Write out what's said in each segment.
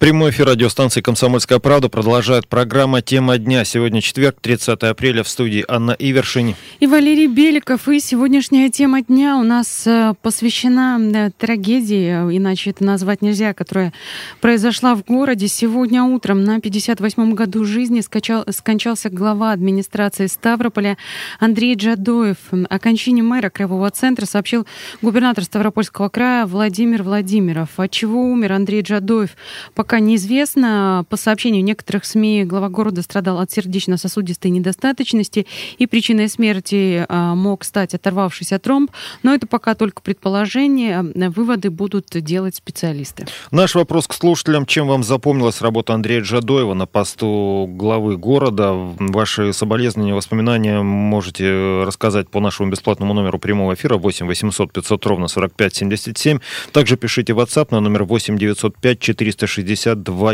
Прямой эфир радиостанции «Комсомольская правда» продолжает программа «Тема дня». Сегодня четверг, 30 апреля, в студии Анна Ивершин и Валерий Беликов. И сегодняшняя тема дня у нас посвящена трагедии, иначе это назвать нельзя, которая произошла в городе. Сегодня утром на 58-м году жизни скончался глава администрации Ставрополя Андрей Джадоев. О кончине мэра Краевого центра сообщил губернатор Ставропольского края Владимир Владимиров. От чего умер Андрей Джадоев, пока неизвестно. По сообщению некоторых СМИ, глава города страдал от сердечно-сосудистой недостаточности, и причиной смерти мог стать оторвавшийся тромб. Но это пока только предположение. Выводы будут делать специалисты. Наш вопрос к слушателям. Чем вам запомнилась работа Андрея Джадоева на посту главы города? Ваши соболезнования, воспоминания можете рассказать по нашему бесплатному номеру прямого эфира 8 800 500 ровно 45 77. Также пишите в WhatsApp на номер 8 905 460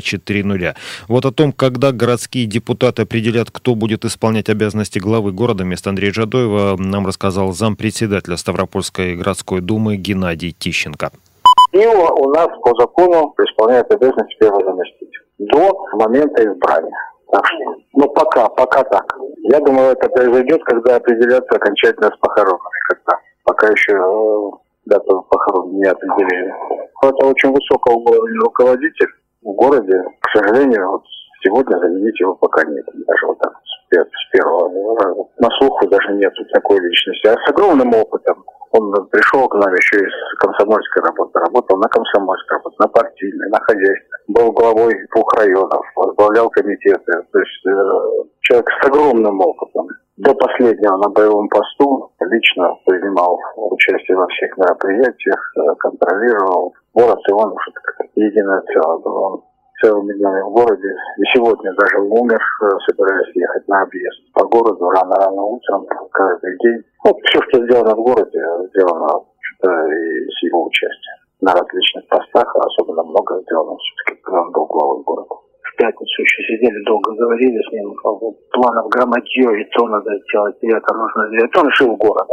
240. Вот о том, когда городские депутаты определят, кто будет исполнять обязанности главы города вместо Андрея Джадоева, нам рассказал зампредседателя Ставропольской городской думы Геннадий Тищенко. И у нас по закону исполняет обязанности первого заместителя до момента избрания. Так что, пока так. Я думаю, это произойдет, когда определятся окончательно с похоронами. Пока еще дату похорон не определили. Это очень высокого уровня руководитель в городе. К сожалению, сегодня заменить его пока нет. Даже вот так с первого на слуху даже нет такой личности. А с огромным опытом. Он пришел к нам еще из комсомольской работы. Работал на комсомольской работе, на партийной, на хозяйстве. Был главой 2 районов, возглавлял комитеты. То есть человек с огромным опытом. До последнего на боевом посту лично принимал участие во всех мероприятиях, контролировал. Город и он уже как единое целое. Он целыми днями в городе. И сегодня даже умер, собираясь ехать на объезд по городу рано утром, каждый день. Все, что сделано в городе, сделано и с его участием. На различных постах, особенно много сделано все-таки, когда он был главой города. В пятницу еще сидели, долго говорили с ним, планов громадье, и то надо делать, и это нужно сделать. Он жил городом.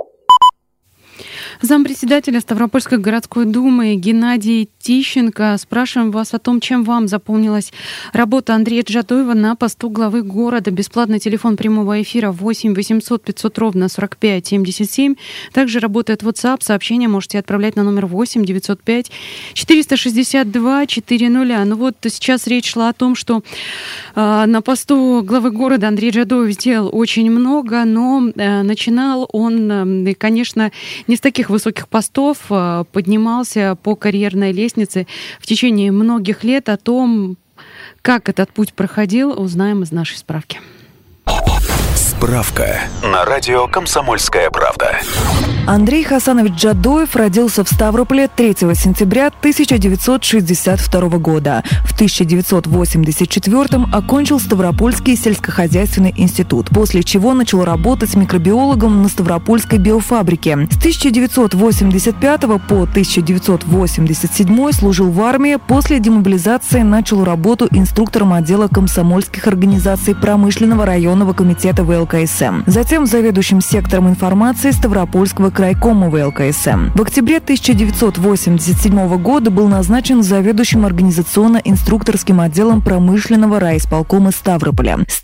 Зампредседателя Ставропольской городской думы Геннадий Тищенко. Спрашиваем вас о том, чем вам запомнилась работа Андрея Джадоева на посту главы города. Бесплатный телефон прямого эфира 8 800 500 ровно 45 77. Также работает WhatsApp. Сообщения можете отправлять на номер 8 905 462 400. Ну вот сейчас речь шла о том, что на посту главы города Андрей Джадоев сделал очень много, но начинал он, конечно, не с таких высоких постов, поднимался по карьерной лестнице в течение многих лет. О том, как этот путь проходил, узнаем из нашей справки. Справка на радио «Комсомольская правда». Андрей Хасанович Джадоев родился в Ставрополе 3 сентября 1962 года. В 1984-м окончил Ставропольский сельскохозяйственный институт, после чего начал работать микробиологом на Ставропольской биофабрике. С 1985 по 1987 служил в армии, после демобилизации начал работу инструктором отдела комсомольских организаций промышленного районного комитета ВЛКСМ. Затем заведующим сектором информации Ставропольского крайкома ВЛКСМ. В октябре 1987 года был назначен заведующим организационно-инструкторским отделом промышленного райисполкома Ставрополя. С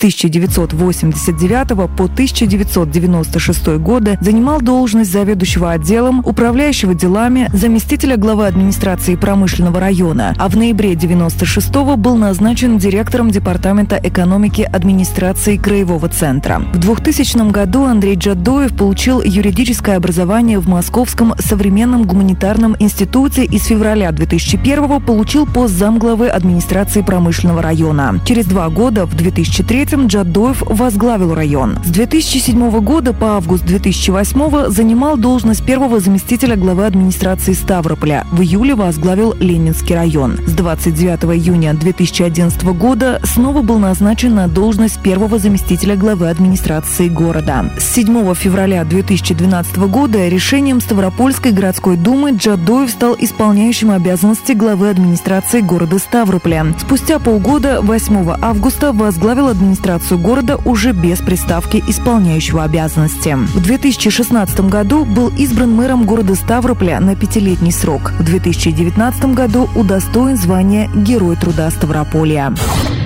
1989 по 1996 годы занимал должность заведующего отделом, управляющего делами, заместителя главы администрации промышленного района, а в ноябре 1996 был назначен директором департамента экономики администрации Краевого центра. В 2000 году Андрей Джадоев получил юридическое образование в Московском современном гуманитарном институте и с февраля 2001 получил пост замглавы администрации промышленного района. Через 2 года, в 2003-м, Джадоев возглавил район. С 2007 года по август 2008 занимал должность первого заместителя главы администрации Ставрополя. В июле возглавил Ленинский район. С 29 июня 2011 года снова был назначен на должность первого заместителя главы администрации города. С 7 февраля 2012 года года решением Ставропольской городской думы Джадоев стал исполняющим обязанности главы администрации города Ставрополя. Спустя полгода, 8 августа, возглавил администрацию города уже без приставки исполняющего обязанности. В 2016 году был избран мэром города Ставрополя на 5-летний срок. В 2019 году удостоен звания Герой труда Ставрополья.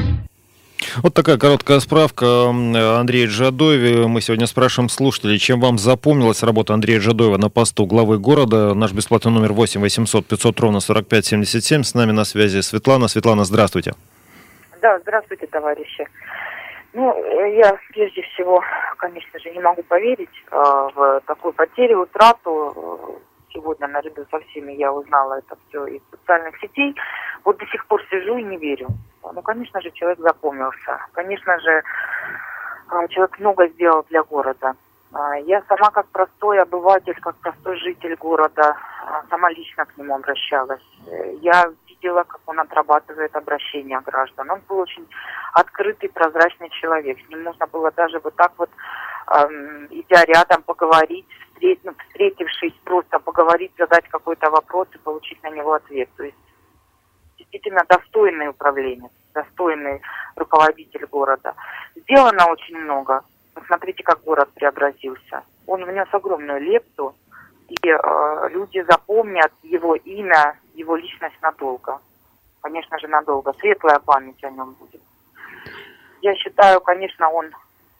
Вот такая короткая справка о Андрее Джадоеве. Мы сегодня спрашиваем слушателей, чем вам запомнилась работа Андрея Джадоева на посту главы города. Наш бесплатный номер 8 800 500 ровно 45 77. С нами на связи Светлана. Светлана, здравствуйте. Да, здравствуйте, товарищи. Я прежде всего, конечно же, не могу поверить в такую потерю, утрату. Сегодня наряду со всеми я узнала это все из социальных сетей. Вот до сих пор сижу и не верю. Конечно же, человек запомнился. Конечно же, человек много сделал для города. Я сама как простой обыватель, как простой житель города, сама лично к нему обращалась. Я видела, как он отрабатывает обращения граждан. Он был очень открытый, прозрачный человек. С ним можно было даже вот так вот, идя рядом, поговорить, встретившись, просто поговорить, задать какой-то вопрос и получить на него ответ. То есть действительно достойный управленец, достойный руководитель города. Сделано очень много. Посмотрите, как город преобразился. Он внес огромную лепту, и люди запомнят его имя, его личность надолго. Конечно же, надолго. Светлая память о нем будет. Я считаю, конечно, он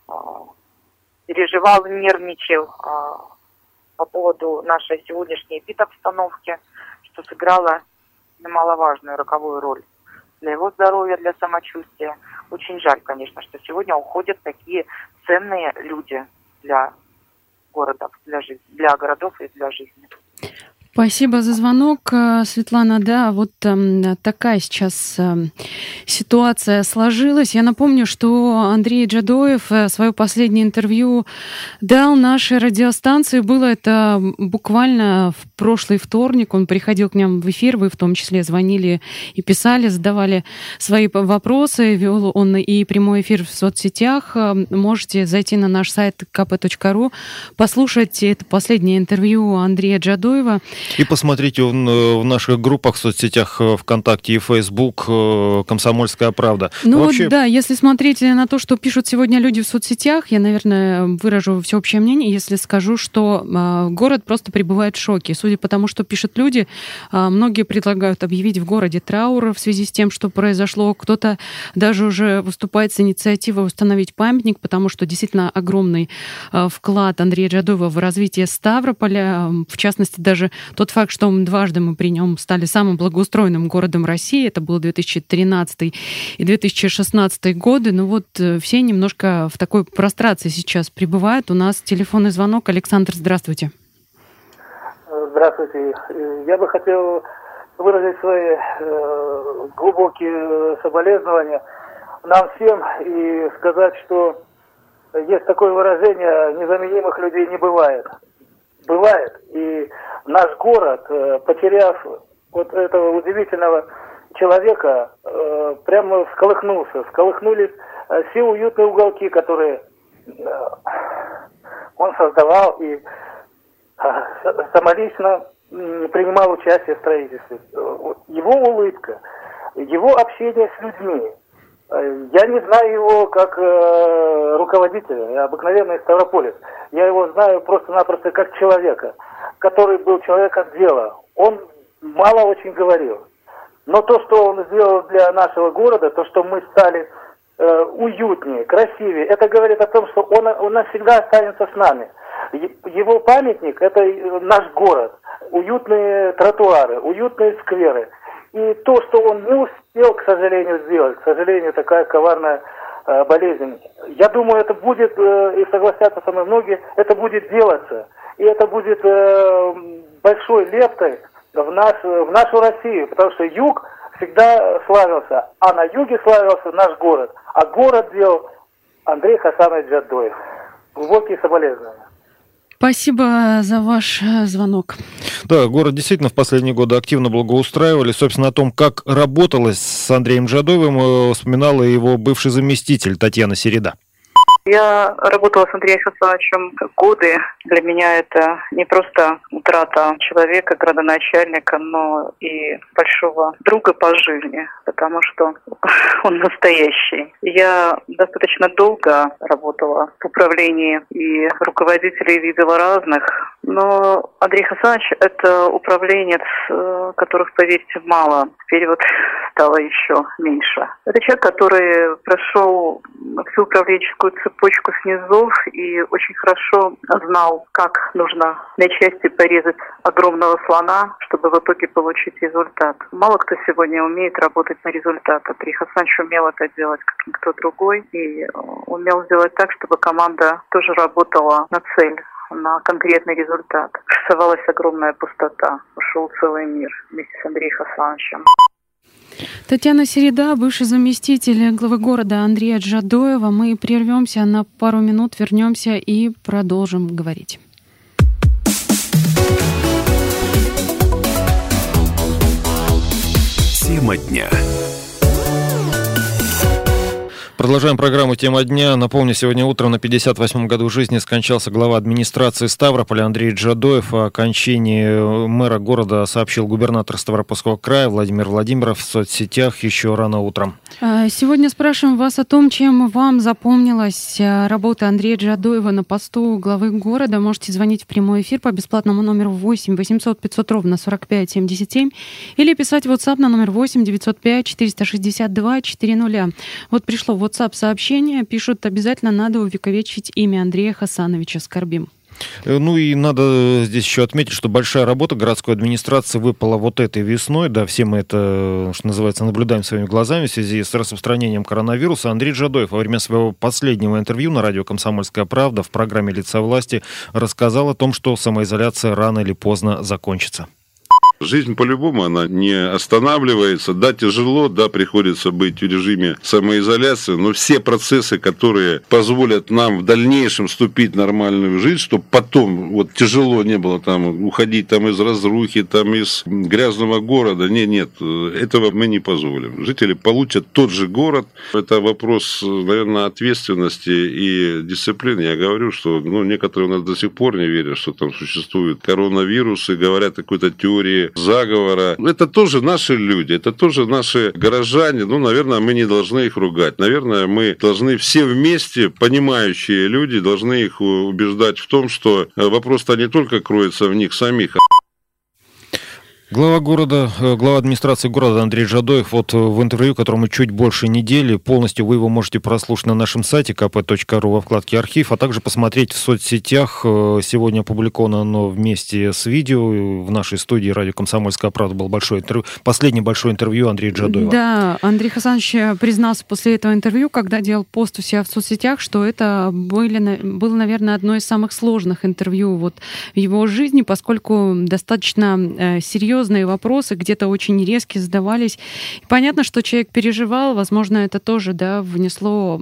переживал, нервничал по поводу нашей сегодняшней эпидобстановки, что сыграло немаловажную роковую роль для его здоровья, для самочувствия. Очень жаль, конечно, что сегодня уходят такие ценные люди для города, для городов и для жизни. Спасибо за звонок, Светлана. Да, вот такая сейчас ситуация сложилась. Я напомню, что Андрей Джадоев свое последнее интервью дал нашей радиостанции. Было это буквально в прошлый вторник. Он приходил к нам в эфир. Вы в том числе звонили и писали, задавали свои вопросы. Вел он и прямой эфир в соцсетях. Можете зайти на наш сайт kp.ru, послушать это последнее интервью Андрея Джадоева. И посмотрите в наших группах в соцсетях ВКонтакте и Facebook «Комсомольская правда». Вообще... да, если смотреть на то, что пишут сегодня люди в соцсетях, я, наверное, выражу всеобщее мнение, если скажу, что город просто пребывает в шоке. Судя по тому, что пишут люди, многие предлагают объявить в городе траур в связи с тем, что произошло. Кто-то даже уже выступает с инициативой установить памятник, потому что действительно огромный вклад Андрея Джадоева в развитие Ставрополя, в частности, даже тот факт, что дважды мы при нем стали самым благоустроенным городом России, это был 2013 и 2016 годы, все немножко в такой прострации сейчас пребывают. У нас телефонный звонок. Александр, здравствуйте. Здравствуйте. Я бы хотел выразить свои глубокие соболезнования нам всем и сказать, что есть такое выражение: незаменимых людей не бывает. Бывает. И наш город, потеряв вот этого удивительного человека, прямо всколыхнулся. Всколыхнулись все уютные уголки, которые он создавал и самолично принимал участие в строительстве. Его улыбка, его общение с людьми. Я не знаю его как руководителя, обыкновенный ставрополец. Я его знаю просто-напросто как человека, который был человеком дела. Он мало очень говорил. Но то, что он сделал для нашего города, то, что мы стали уютнее, красивее, это говорит о том, что он навсегда останется с нами. Его памятник – это наш город. Уютные тротуары, уютные скверы. И то, что он не успел, к сожалению, сделать, к сожалению, такая коварная болезнь, я думаю, это будет, и согласятся со мной многие, это будет делаться. И это будет большой лептой в нашу Россию, потому что юг всегда славился, а на юге славился наш город. А город делал Андрей Хасанович Джадоев. Глубокие соболезнования. Спасибо за ваш звонок. Да, город действительно в последние годы активно благоустраивали. Собственно, о том, как работалось с Андреем Джадоевым, вспоминала его бывший заместитель Татьяна Середа. Я работала с Андреем Хасановичем годы. Для меня это не просто утрата человека, градоначальника, но и большого друга по жизни, потому что он настоящий. Я достаточно долго работала в управлении и руководителей видела разных, но Андрей Хасанович – это управленец, которых, поверьте, мало. Теперь вот стало еще меньше. Это человек, который прошел всю управленческую цепочку снизов и очень хорошо знал, как нужно на части порезать огромного слона, чтобы в итоге получить результат. Мало кто сегодня умеет работать на результат. Андрей Хасанович умел это делать, как никто другой, и умел сделать так, чтобы команда тоже работала на цель, на конкретный результат. Оставалась огромная пустота. Ушел целый мир вместе с Андреем Хасановичем. Татьяна Середа, бывший заместитель главы города Андрея Джадоева. Мы прервемся на пару минут, вернемся и продолжим говорить. Тема дня. Продолжаем программу «Тема дня». Напомню, сегодня утром на 58-м году жизни скончался глава администрации Ставрополя Андрей Джадоев. О кончине мэра города сообщил губернатор Ставропольского края Владимир Владимиров в соцсетях еще рано утром. Сегодня спрашиваем вас о том, чем вам запомнилась работа Андрея Джадоева на посту главы города. Можете звонить в прямой эфир по бесплатному номеру 8 800 500 ровно 45 77 или писать в WhatsApp на номер 8 905 462 400. Вот пришло в WhatsApp-сообщение, пишут: обязательно надо увековечить имя Андрея Хасановича, скорбим. Ну и надо здесь еще отметить, что большая работа городской администрации выпала вот этой весной. Да, все мы это, что называется, наблюдаем своими глазами в связи с распространением коронавируса. Андрей Джадоев во время своего последнего интервью на радио «Комсомольская правда» в программе «Лица власти» рассказал о том, что самоизоляция рано или поздно закончится. Жизнь по-любому, она не останавливается. Да, тяжело, да, приходится быть в режиме самоизоляции, но все процессы, которые позволят нам в дальнейшем вступить в нормальную жизнь, чтобы потом вот тяжело не было там уходить там из разрухи, там из грязного города. Нет, этого мы не позволим. Жители получат тот же город. Это вопрос, наверное, ответственности и дисциплины. Я говорю, что некоторые у нас до сих пор не верят, что там существуют коронавирусы, говорят о какой-то теории заговора. Это тоже наши люди, это тоже наши горожане. Наверное, мы не должны их ругать. Наверное, мы должны все вместе, понимающие люди, должны их убеждать в том, что вопрос-то не только кроется в них самих. Глава администрации города Андрей Джадоев вот в интервью, которому чуть больше недели, полностью вы его можете прослушать на нашем сайте kp.ru во вкладке «Архив», а также посмотреть в соцсетях. Сегодня опубликовано оно вместе с видео. В нашей студии радио «Комсомольская правда» был последнее большое интервью Андрея Джадоева. Да, Андрей Хасанович признался после этого интервью, когда делал пост у себя в соцсетях, что это было, наверное, одно из самых сложных интервью вот в его жизни, поскольку достаточно серьезные вопросы, где-то очень резко задавались. И понятно, что человек переживал, возможно, это тоже, внесло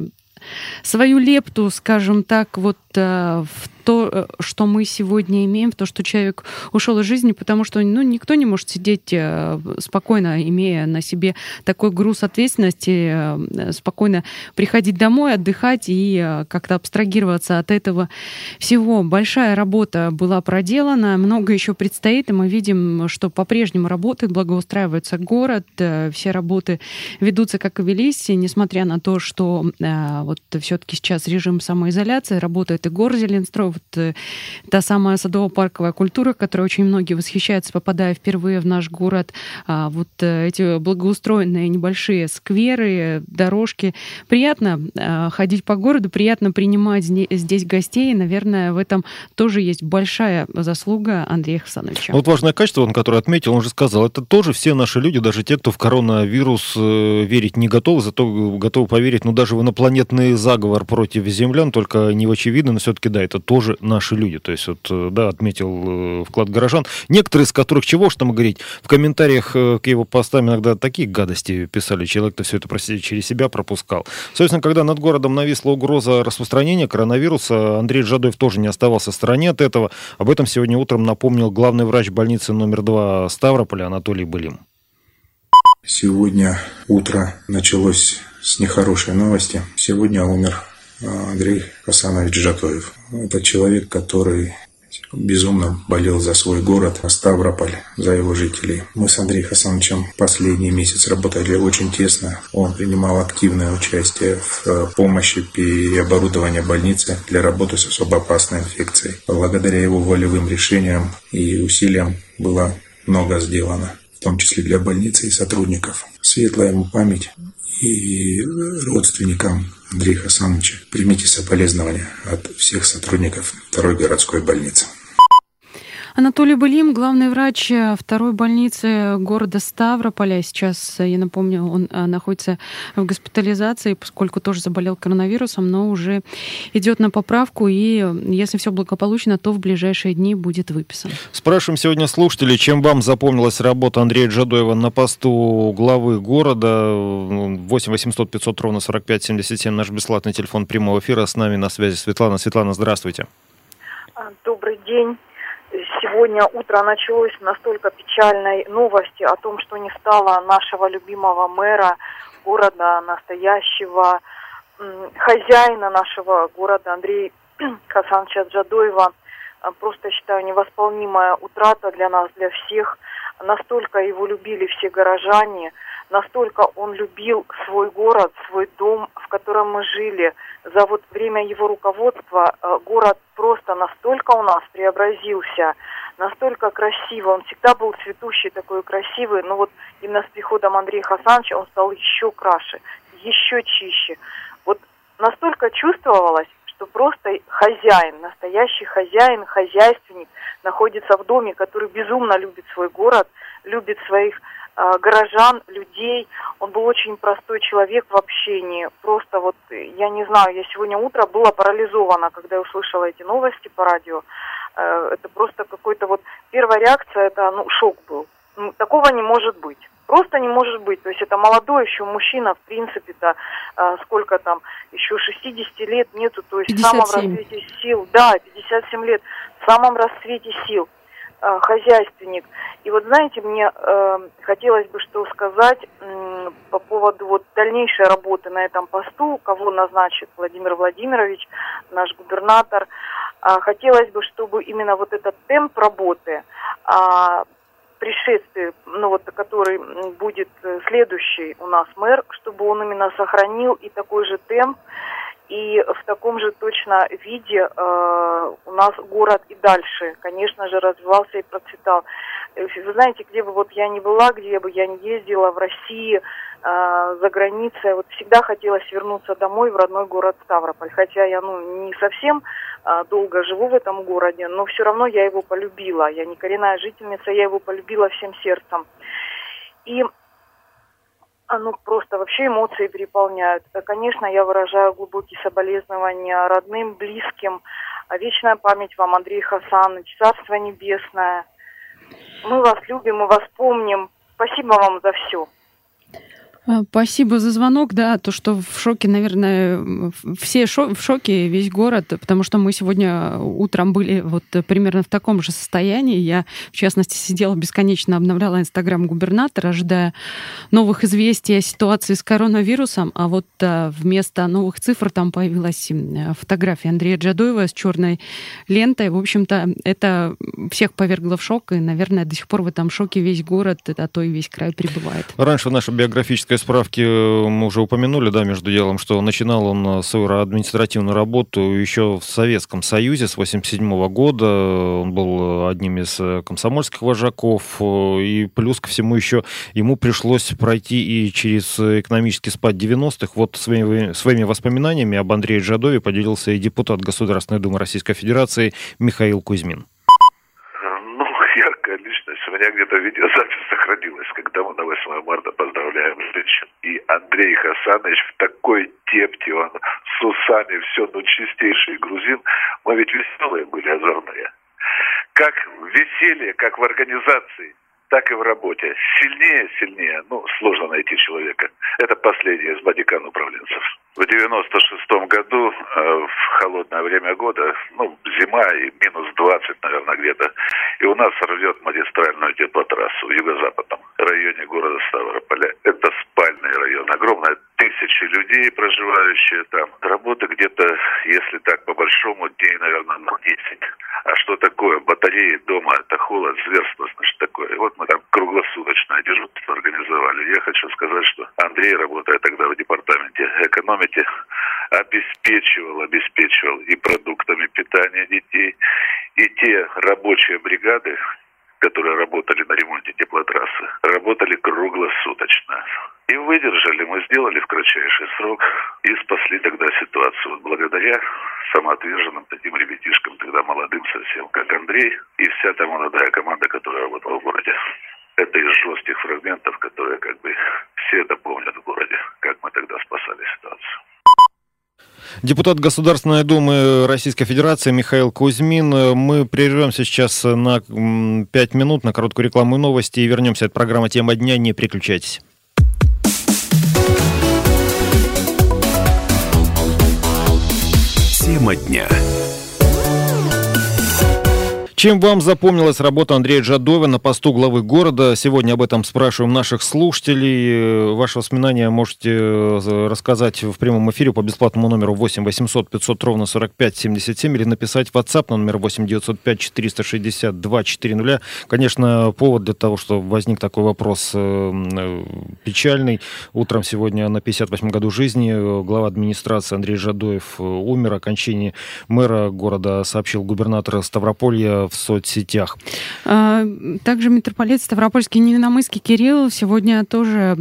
свою лепту, скажем так, вот в то, что мы сегодня имеем, в то, что человек ушел из жизни, потому что никто не может сидеть спокойно, имея на себе такой груз ответственности, спокойно приходить домой, отдыхать и как-то абстрагироваться от этого всего. Большая работа была проделана, много еще предстоит, и мы видим, что по-прежнему работает, благоустраивается город, все работы ведутся, как и велись, и несмотря на то, что вот все-таки сейчас режим самоизоляции, работает и Горзеленстрой, вот та самая садово-парковая культура, которой очень многие восхищаются, попадая впервые в наш город. Вот эти благоустроенные небольшие скверы, дорожки. Приятно ходить по городу, приятно принимать здесь гостей. И, наверное, в этом тоже есть большая заслуга Андрея Хасановича. Вот важное качество, которое отметил, он же сказал, это тоже все наши люди, даже те, кто в коронавирус верить не готовы, зато готовы поверить, даже в инопланетный заговор против землян, только не в очевидно, но все-таки, это тоже наши люди. То есть, отметил вклад горожан. Некоторые из которых, чего уж там говорить, в комментариях к его постам иногда такие гадости писали. Человек-то все это через себя пропускал. Собственно, когда над городом нависла угроза распространения коронавируса, Андрей Джадоев тоже не оставался в стороне от этого. Об этом сегодня утром напомнил главный врач больницы номер 2 Ставрополя Анатолий Былим. Сегодня утро началось с нехорошей новости. Сегодня умер Андрей Хасанович Джадоев. Это человек, который безумно болел за свой город, Ставрополь, за его жителей. Мы с Андреем Хасановичем последний месяц работали очень тесно. Он принимал активное участие в помощи переоборудования больницы для работы с особо опасной инфекцией. Благодаря его волевым решениям и усилиям было много сделано, в том числе для больницы и сотрудников. Светлая ему память. И родственникам Андрея Хасановича примите соболезнования от всех сотрудников второй городской больницы. Анатолий Былим, главный врач второй больницы города Ставрополя. Сейчас, я напомню, он находится в госпитализации, поскольку тоже заболел коронавирусом, но уже идет на поправку, и если все благополучно, то в ближайшие дни будет выписан. Спрашиваем сегодня слушателей, чем вам запомнилась работа Андрея Джадоева на посту главы города. 8 800 500 ровно 45 77, наш бесплатный телефон прямого эфира. С нами на связи Светлана. Светлана, здравствуйте. Добрый день. Сегодня утро началось с настолько печальной новости о том, что не стало нашего любимого мэра города, настоящего хозяина нашего города Андрея Хасановича Джадоева. Просто считаю, невосполнимая утрата для нас, для всех. Настолько его любили все горожане, настолько он любил свой город, свой дом, в котором мы жили. За вот время его руководства город просто настолько у нас преобразился, настолько красиво. Он всегда был цветущий, такой красивый, но вот именно с приходом Андрея Хасановича он стал еще краше, еще чище. Вот настолько чувствовалось, что просто хозяин, настоящий хозяин, хозяйственник находится в доме, который безумно любит свой город, любит своих горожан, людей. Он был очень простой человек в общении. Просто вот, я не знаю, я сегодня утром была парализована, когда я услышала эти новости по радио. Это просто какой-то вот... Первая реакция, это, шок был. Такого не может быть. Просто не может быть. То есть это молодой еще мужчина, в принципе-то, сколько там, еще 60 лет нету. То есть 57. В самом расцвете сил. Да, 57 лет. В самом расцвете сил. Хозяйственник. И вот знаете, мне хотелось бы что сказать по поводу вот дальнейшей работы на этом посту, кого назначит Владимир Владимирович, наш губернатор. Хотелось бы, чтобы именно вот этот темп работы, пришествие, который будет следующий у нас мэр, чтобы он именно сохранил и такой же темп, и в таком же точно виде у нас город и дальше, конечно же, развивался и процветал. Вы знаете, где бы вот я ни была, где бы я ни ездила в России, за границей, вот всегда хотелось вернуться домой в родной город Ставрополь. Хотя я не совсем долго живу в этом городе, но все равно я его полюбила. Я не коренная жительница, я его полюбила всем сердцем. И просто вообще эмоции переполняют. Конечно, я выражаю глубокие соболезнования родным, близким. Вечная память вам, Андрей Хасанович, Царство Небесное. Мы вас любим, мы вас помним. Спасибо вам за все. Спасибо за звонок. Да, то, что в шоке, наверное, все в шоке, весь город, потому что мы сегодня утром были вот примерно в таком же состоянии. Я, в частности, сидела бесконечно, обновляла Инстаграм губернатора, ожидая новых известий о ситуации с коронавирусом, а вот вместо новых цифр там появилась фотография Андрея Джадоева с черной лентой. В общем-то, это всех повергло в шок, и, наверное, до сих пор в этом шоке весь город, а то и весь край пребывает. Раньше в нашей биографической справке мы уже упомянули, между делом, что начинал он свою административную работу еще в Советском Союзе с 1987 года. Он был одним из комсомольских вожаков. И плюс ко всему еще ему пришлось пройти и через экономический спад 90-х. Вот своими воспоминаниями об Андрее Джадоеве поделился и депутат Государственной Думы Российской Федерации Михаил Кузьмин. Яркая личность. У меня где-то видеозапись сохранилась, когда мы на 8 марта поздравляем женщин. И Андрей Хасанович в такой тепте, он с усами, все, чистейший грузин. Мы ведь веселые были, озорные. Как в веселье, как в организации, так и в работе. Сильнее, сложно найти человека. Это последний из бодикан управленцев. В 96-м году, в холодное время года, зима и минус 20, наверное, где-то, и у нас рвет магистральную теплотрассу в юго-западном районе города Ставрополя. Это спальный район, огромное, тысячи людей, проживающие там. Работы где-то, если так по-большому, дней, наверное, 10. А что такое? Батареи дома, это холод, зверство, значит, такое. И вот мы там круглосуточное дежурство организовали. Я хочу сказать, что Андрей, работая тогда в департаменте экономики, обеспечивал и продуктами питания детей, и те рабочие бригады, которые работали на ремонте теплотрассы, работали круглосуточно. И выдержали, мы сделали в кратчайший срок и спасли тогда ситуацию. Вот благодаря самоотверженным таким ребятишкам, тогда молодым совсем, как Андрей и вся та молодая команда, которая работала в городе. Это из жестких фрагментов, которые все это помнят в городе, как мы тогда спасали ситуацию. Депутат Государственной Думы Российской Федерации Михаил Кузьмин. Мы прервемся сейчас на 5 минут на короткую рекламу и новости и вернемся от программы «Тема дня». Не переключайтесь. Тема дня. Чем вам запомнилась работа Андрея Джадоева на посту главы города? Сегодня об этом спрашиваем наших слушателей. Ваши воспоминания можете рассказать в прямом эфире по бесплатному номеру 8 800 500 ровно 45 77 или написать в WhatsApp на номер 8 905 462 400. Конечно, повод для того, что возник такой вопрос печальный. Утром сегодня на 58-м году жизни глава администрации Андрей Джадоев умер. О кончине мэра города сообщил губернатор Ставрополья в соцсетях. Также митрополит Ставропольский Невинномысский Кирилл сегодня тоже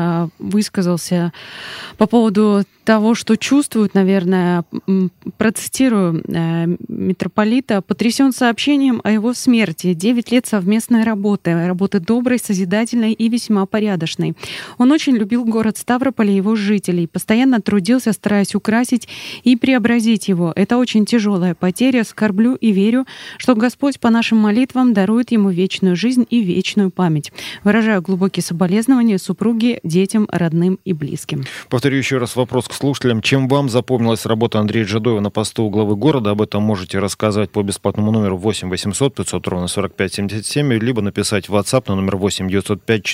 высказался по поводу того, что чувствует, наверное, процитирую митрополита: «Потрясен сообщением о его смерти. 9 лет совместной работы доброй, созидательной и весьма порядочной. Он очень любил город Ставрополь и его жителей, постоянно трудился, стараясь украсить и преобразить его. Это очень тяжелая потеря. Скорблю и верю, что Господь по нашим молитвам дарует ему вечную жизнь и вечную память. Выражаю глубокие соболезнования супруге, детям, родным и близким». Повторю еще раз вопрос к слушателям. Чем вам запомнилась работа Андрея Джадоева на посту главы города? Об этом можете рассказать по бесплатному номеру 8 800 500 ровно 45 77, либо написать в WhatsApp на номер 8 905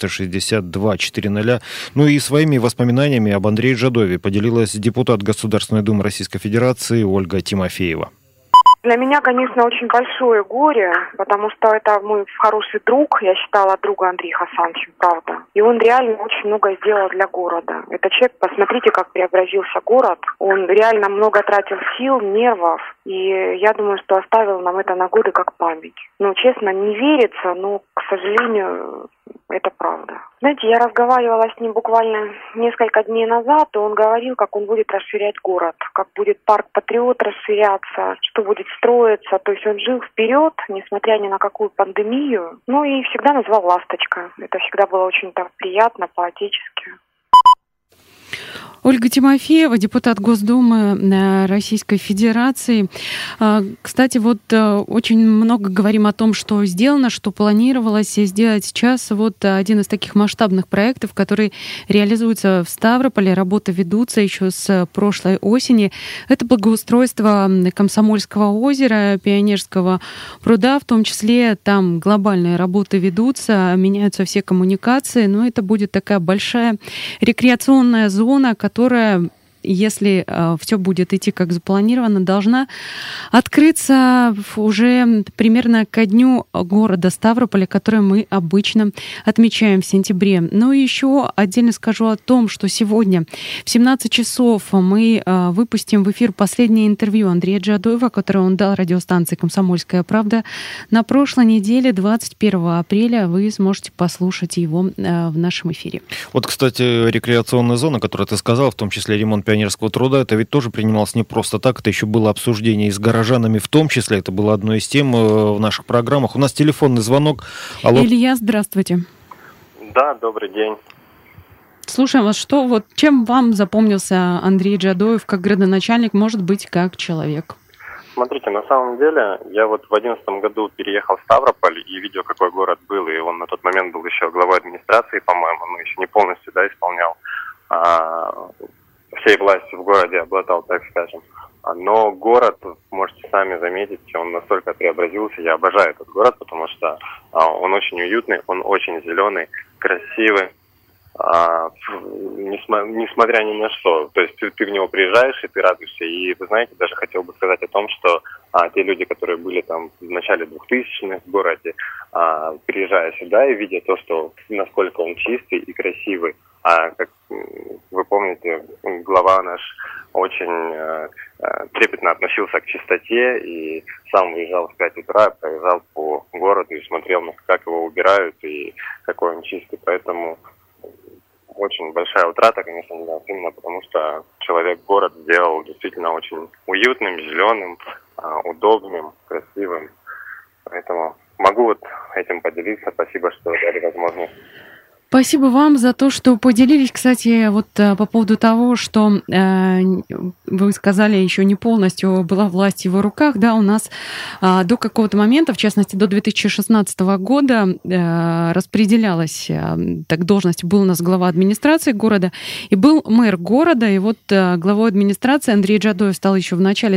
462 400. Ну и своими воспоминаниями об Андрее Джадоеве поделилась депутат Государственной Думы Российской Федерации Ольга Тимофеева. Для меня, конечно, очень большое горе, потому что это мой хороший друг, я считала друга Андрея Хасановича, правда. И он реально очень много сделал для города. Это человек, посмотрите, как преобразился город. Он реально много тратил сил, нервов, и я думаю, что оставил нам это на годы как память. Ну, честно, не верится, но, к сожалению, это правда. Знаете, я разговаривала с ним буквально несколько дней назад, и он говорил, как он будет расширять город, как будет парк Патриот расширяться, что будет строиться. То есть он жил вперед, несмотря ни на какую пандемию. Ну и всегда называл «Ласточка». Это всегда было очень так приятно, по-отечески. Ольга Тимофеева, депутат Госдумы Российской Федерации. Кстати, вот очень много говорим о том, что сделано, что планировалось сделать сейчас. Вот один из таких масштабных проектов, который реализуется в Ставрополе. Работы ведутся еще с прошлой осени. Это благоустройство Комсомольского озера, Пионерского пруда. В том числе там глобальные работы ведутся, меняются все коммуникации. Но это будет такая большая рекреационная зона, которая, если все будет идти как запланировано, должна открыться уже примерно ко дню города Ставрополя, который мы обычно отмечаем в сентябре. Ну и еще отдельно скажу о том, что сегодня в 17 часов мы выпустим в эфир последнее интервью Андрея Джадоева, которое он дал радиостанции «Комсомольская правда». На прошлой неделе, 21 апреля, вы сможете послушать его в нашем эфире. Вот, кстати, рекреационная зона, которую ты сказал, в том числе ремонт Пионерского труда, это ведь тоже принималось не просто так, это еще было обсуждение и с горожанами в том числе, это было одной из тем в наших программах. У нас телефонный звонок. Алло. Илья, здравствуйте. Да, добрый день. Слушаем вас. Чем вам запомнился Андрей Джадоев как градоначальник, может быть, как человек? Смотрите, на самом деле, я вот в 2011 году переехал в Ставрополь и видел, какой город был, и он на тот момент был еще главой администрации, по-моему, еще не полностью, исполнял. всей властью в городе обладал, так скажем. Но город, можете сами заметить, он настолько преобразился. Я обожаю этот город, потому что он очень уютный, он очень зеленый, красивый, несмотря ни на что. То есть ты в него приезжаешь, и ты радуешься. И, вы знаете, даже хотел бы сказать о том, что те люди, которые были там в начале 2000-х в городе, приезжая сюда и видя то, что насколько он чистый и красивый, как вы помните, глава наш очень трепетно относился к чистоте и сам выезжал в 5 утра, проезжал по городу и смотрел, как его убирают и какой он чистый. Поэтому очень большая утрата, конечно, для нас, именно потому что человек-город сделал действительно очень уютным, зеленым, удобным, красивым. Поэтому могу вот этим поделиться. Спасибо, что дали возможность. Спасибо вам за то, что поделились. Кстати, вот по поводу того, что вы сказали, еще не полностью была власть в его руках, да, у нас до какого-то момента, в частности, до 2016 года распределялась так должность. Был у нас глава администрации города и был мэр города. И вот главой администрации Андрей Джадоев стал еще в начале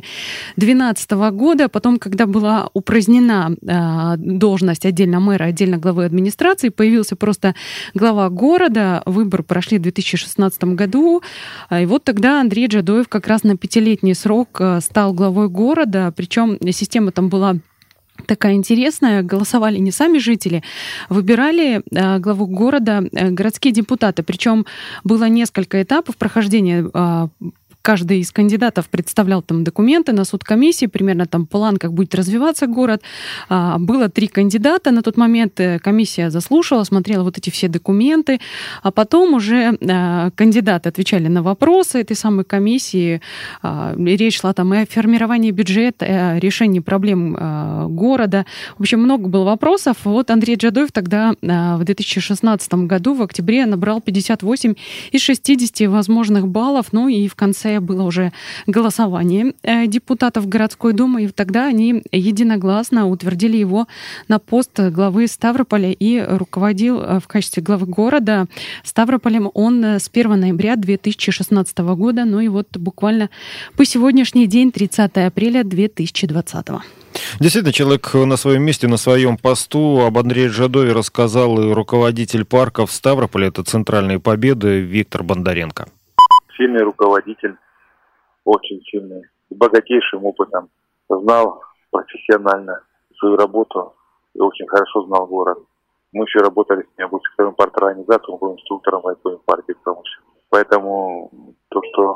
2012 года. Потом, когда была упразднена должность отдельно мэра, отдельно главы администрации, появился просто глава города. Выборы прошли в 2016 году. И вот тогда Андрей Джадоев как раз на 5-летний срок стал главой города. Причем система там была такая интересная. Голосовали не сами жители, выбирали главу города городские депутаты. Причем было несколько этапов прохождения. Каждый из кандидатов представлял там документы на суд комиссии, примерно там план, как будет развиваться город. Было 3 кандидата на тот момент. Комиссия заслушала, смотрела вот эти все документы. А потом уже кандидаты отвечали на вопросы этой самой комиссии. Речь шла там и о формировании бюджета, и о решении проблем города. В общем, много было вопросов. Вот Андрей Джадоев тогда в 2016 году, в октябре, набрал 58 из 60 возможных баллов. Ну и в конце было уже голосование депутатов городской думы, и тогда они единогласно утвердили его на пост главы Ставрополя и руководил в качестве главы города Ставрополем он с 1 ноября 2016 года, ну и вот буквально по сегодняшний день, 30 апреля 2020. Действительно, человек на своем месте, на своем посту. Об Андрее Джадоеве рассказал и руководитель парка в Ставрополе, это «Центральные Победы», Виктор Бондаренко. Сильный руководитель, очень сильный, с богатейшим опытом. Знал профессионально свою работу и очень хорошо знал город. Мы еще работали с ним, будучи вторым парторганизатором, был инструктором в партии промышленности. Поэтому то, что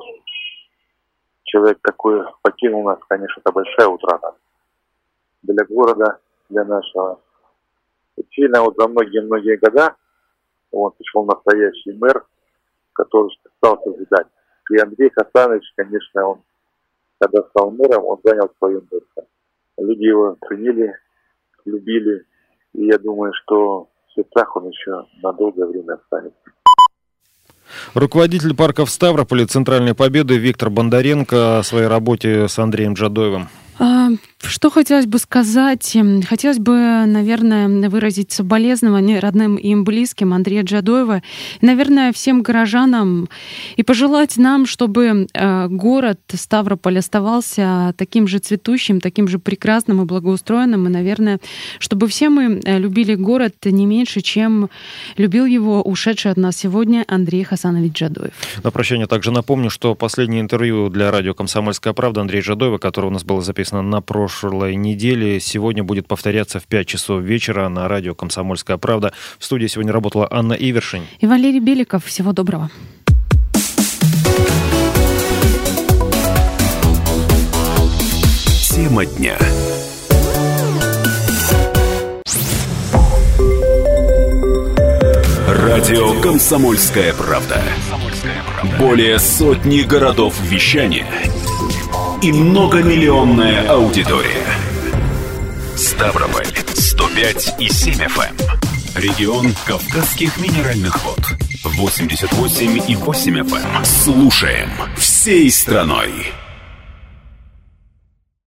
человек такой покинул нас, конечно, это большая утрата для города, для нашего. Сильно вот за многие-многие года он пришел настоящий мэр, который стал созидать. И Андрей Хасанович, конечно, он, когда стал мэром, он занял свое место. Люди его ценили, любили, и я думаю, что в сердцах он еще на долгое время останется. Руководитель парка в Ставрополе «Центральной Победы» Виктор Бондаренко о своей работе с Андреем Джадоевым. Что хотелось бы сказать? Хотелось бы, наверное, выразить соболезнования родным и им близким Андрея Джадоева. И, наверное, всем горожанам. И пожелать нам, чтобы город Ставрополь оставался таким же цветущим, таким же прекрасным и благоустроенным. И, наверное, чтобы все мы любили город не меньше, чем любил его ушедший от нас сегодня Андрей Хасанович Джадоев. На прощание также напомню, что последнее интервью для радио «Комсомольская правда» Андрея Джадоева, которое у нас было записано на прошлой неделе, сегодня будет повторяться в 5 часов вечера на радио «Комсомольская правда». В студии сегодня работала Анна Ивершин и Валерий Беликов. Всего доброго. Тема дня. Радио «Комсомольская правда». Более сотни городов вещания и многомиллионная аудитория. Ставрополь 105,7 FM. Регион Кавказских минеральных вод 88,8 FM. Слушаем всей страной.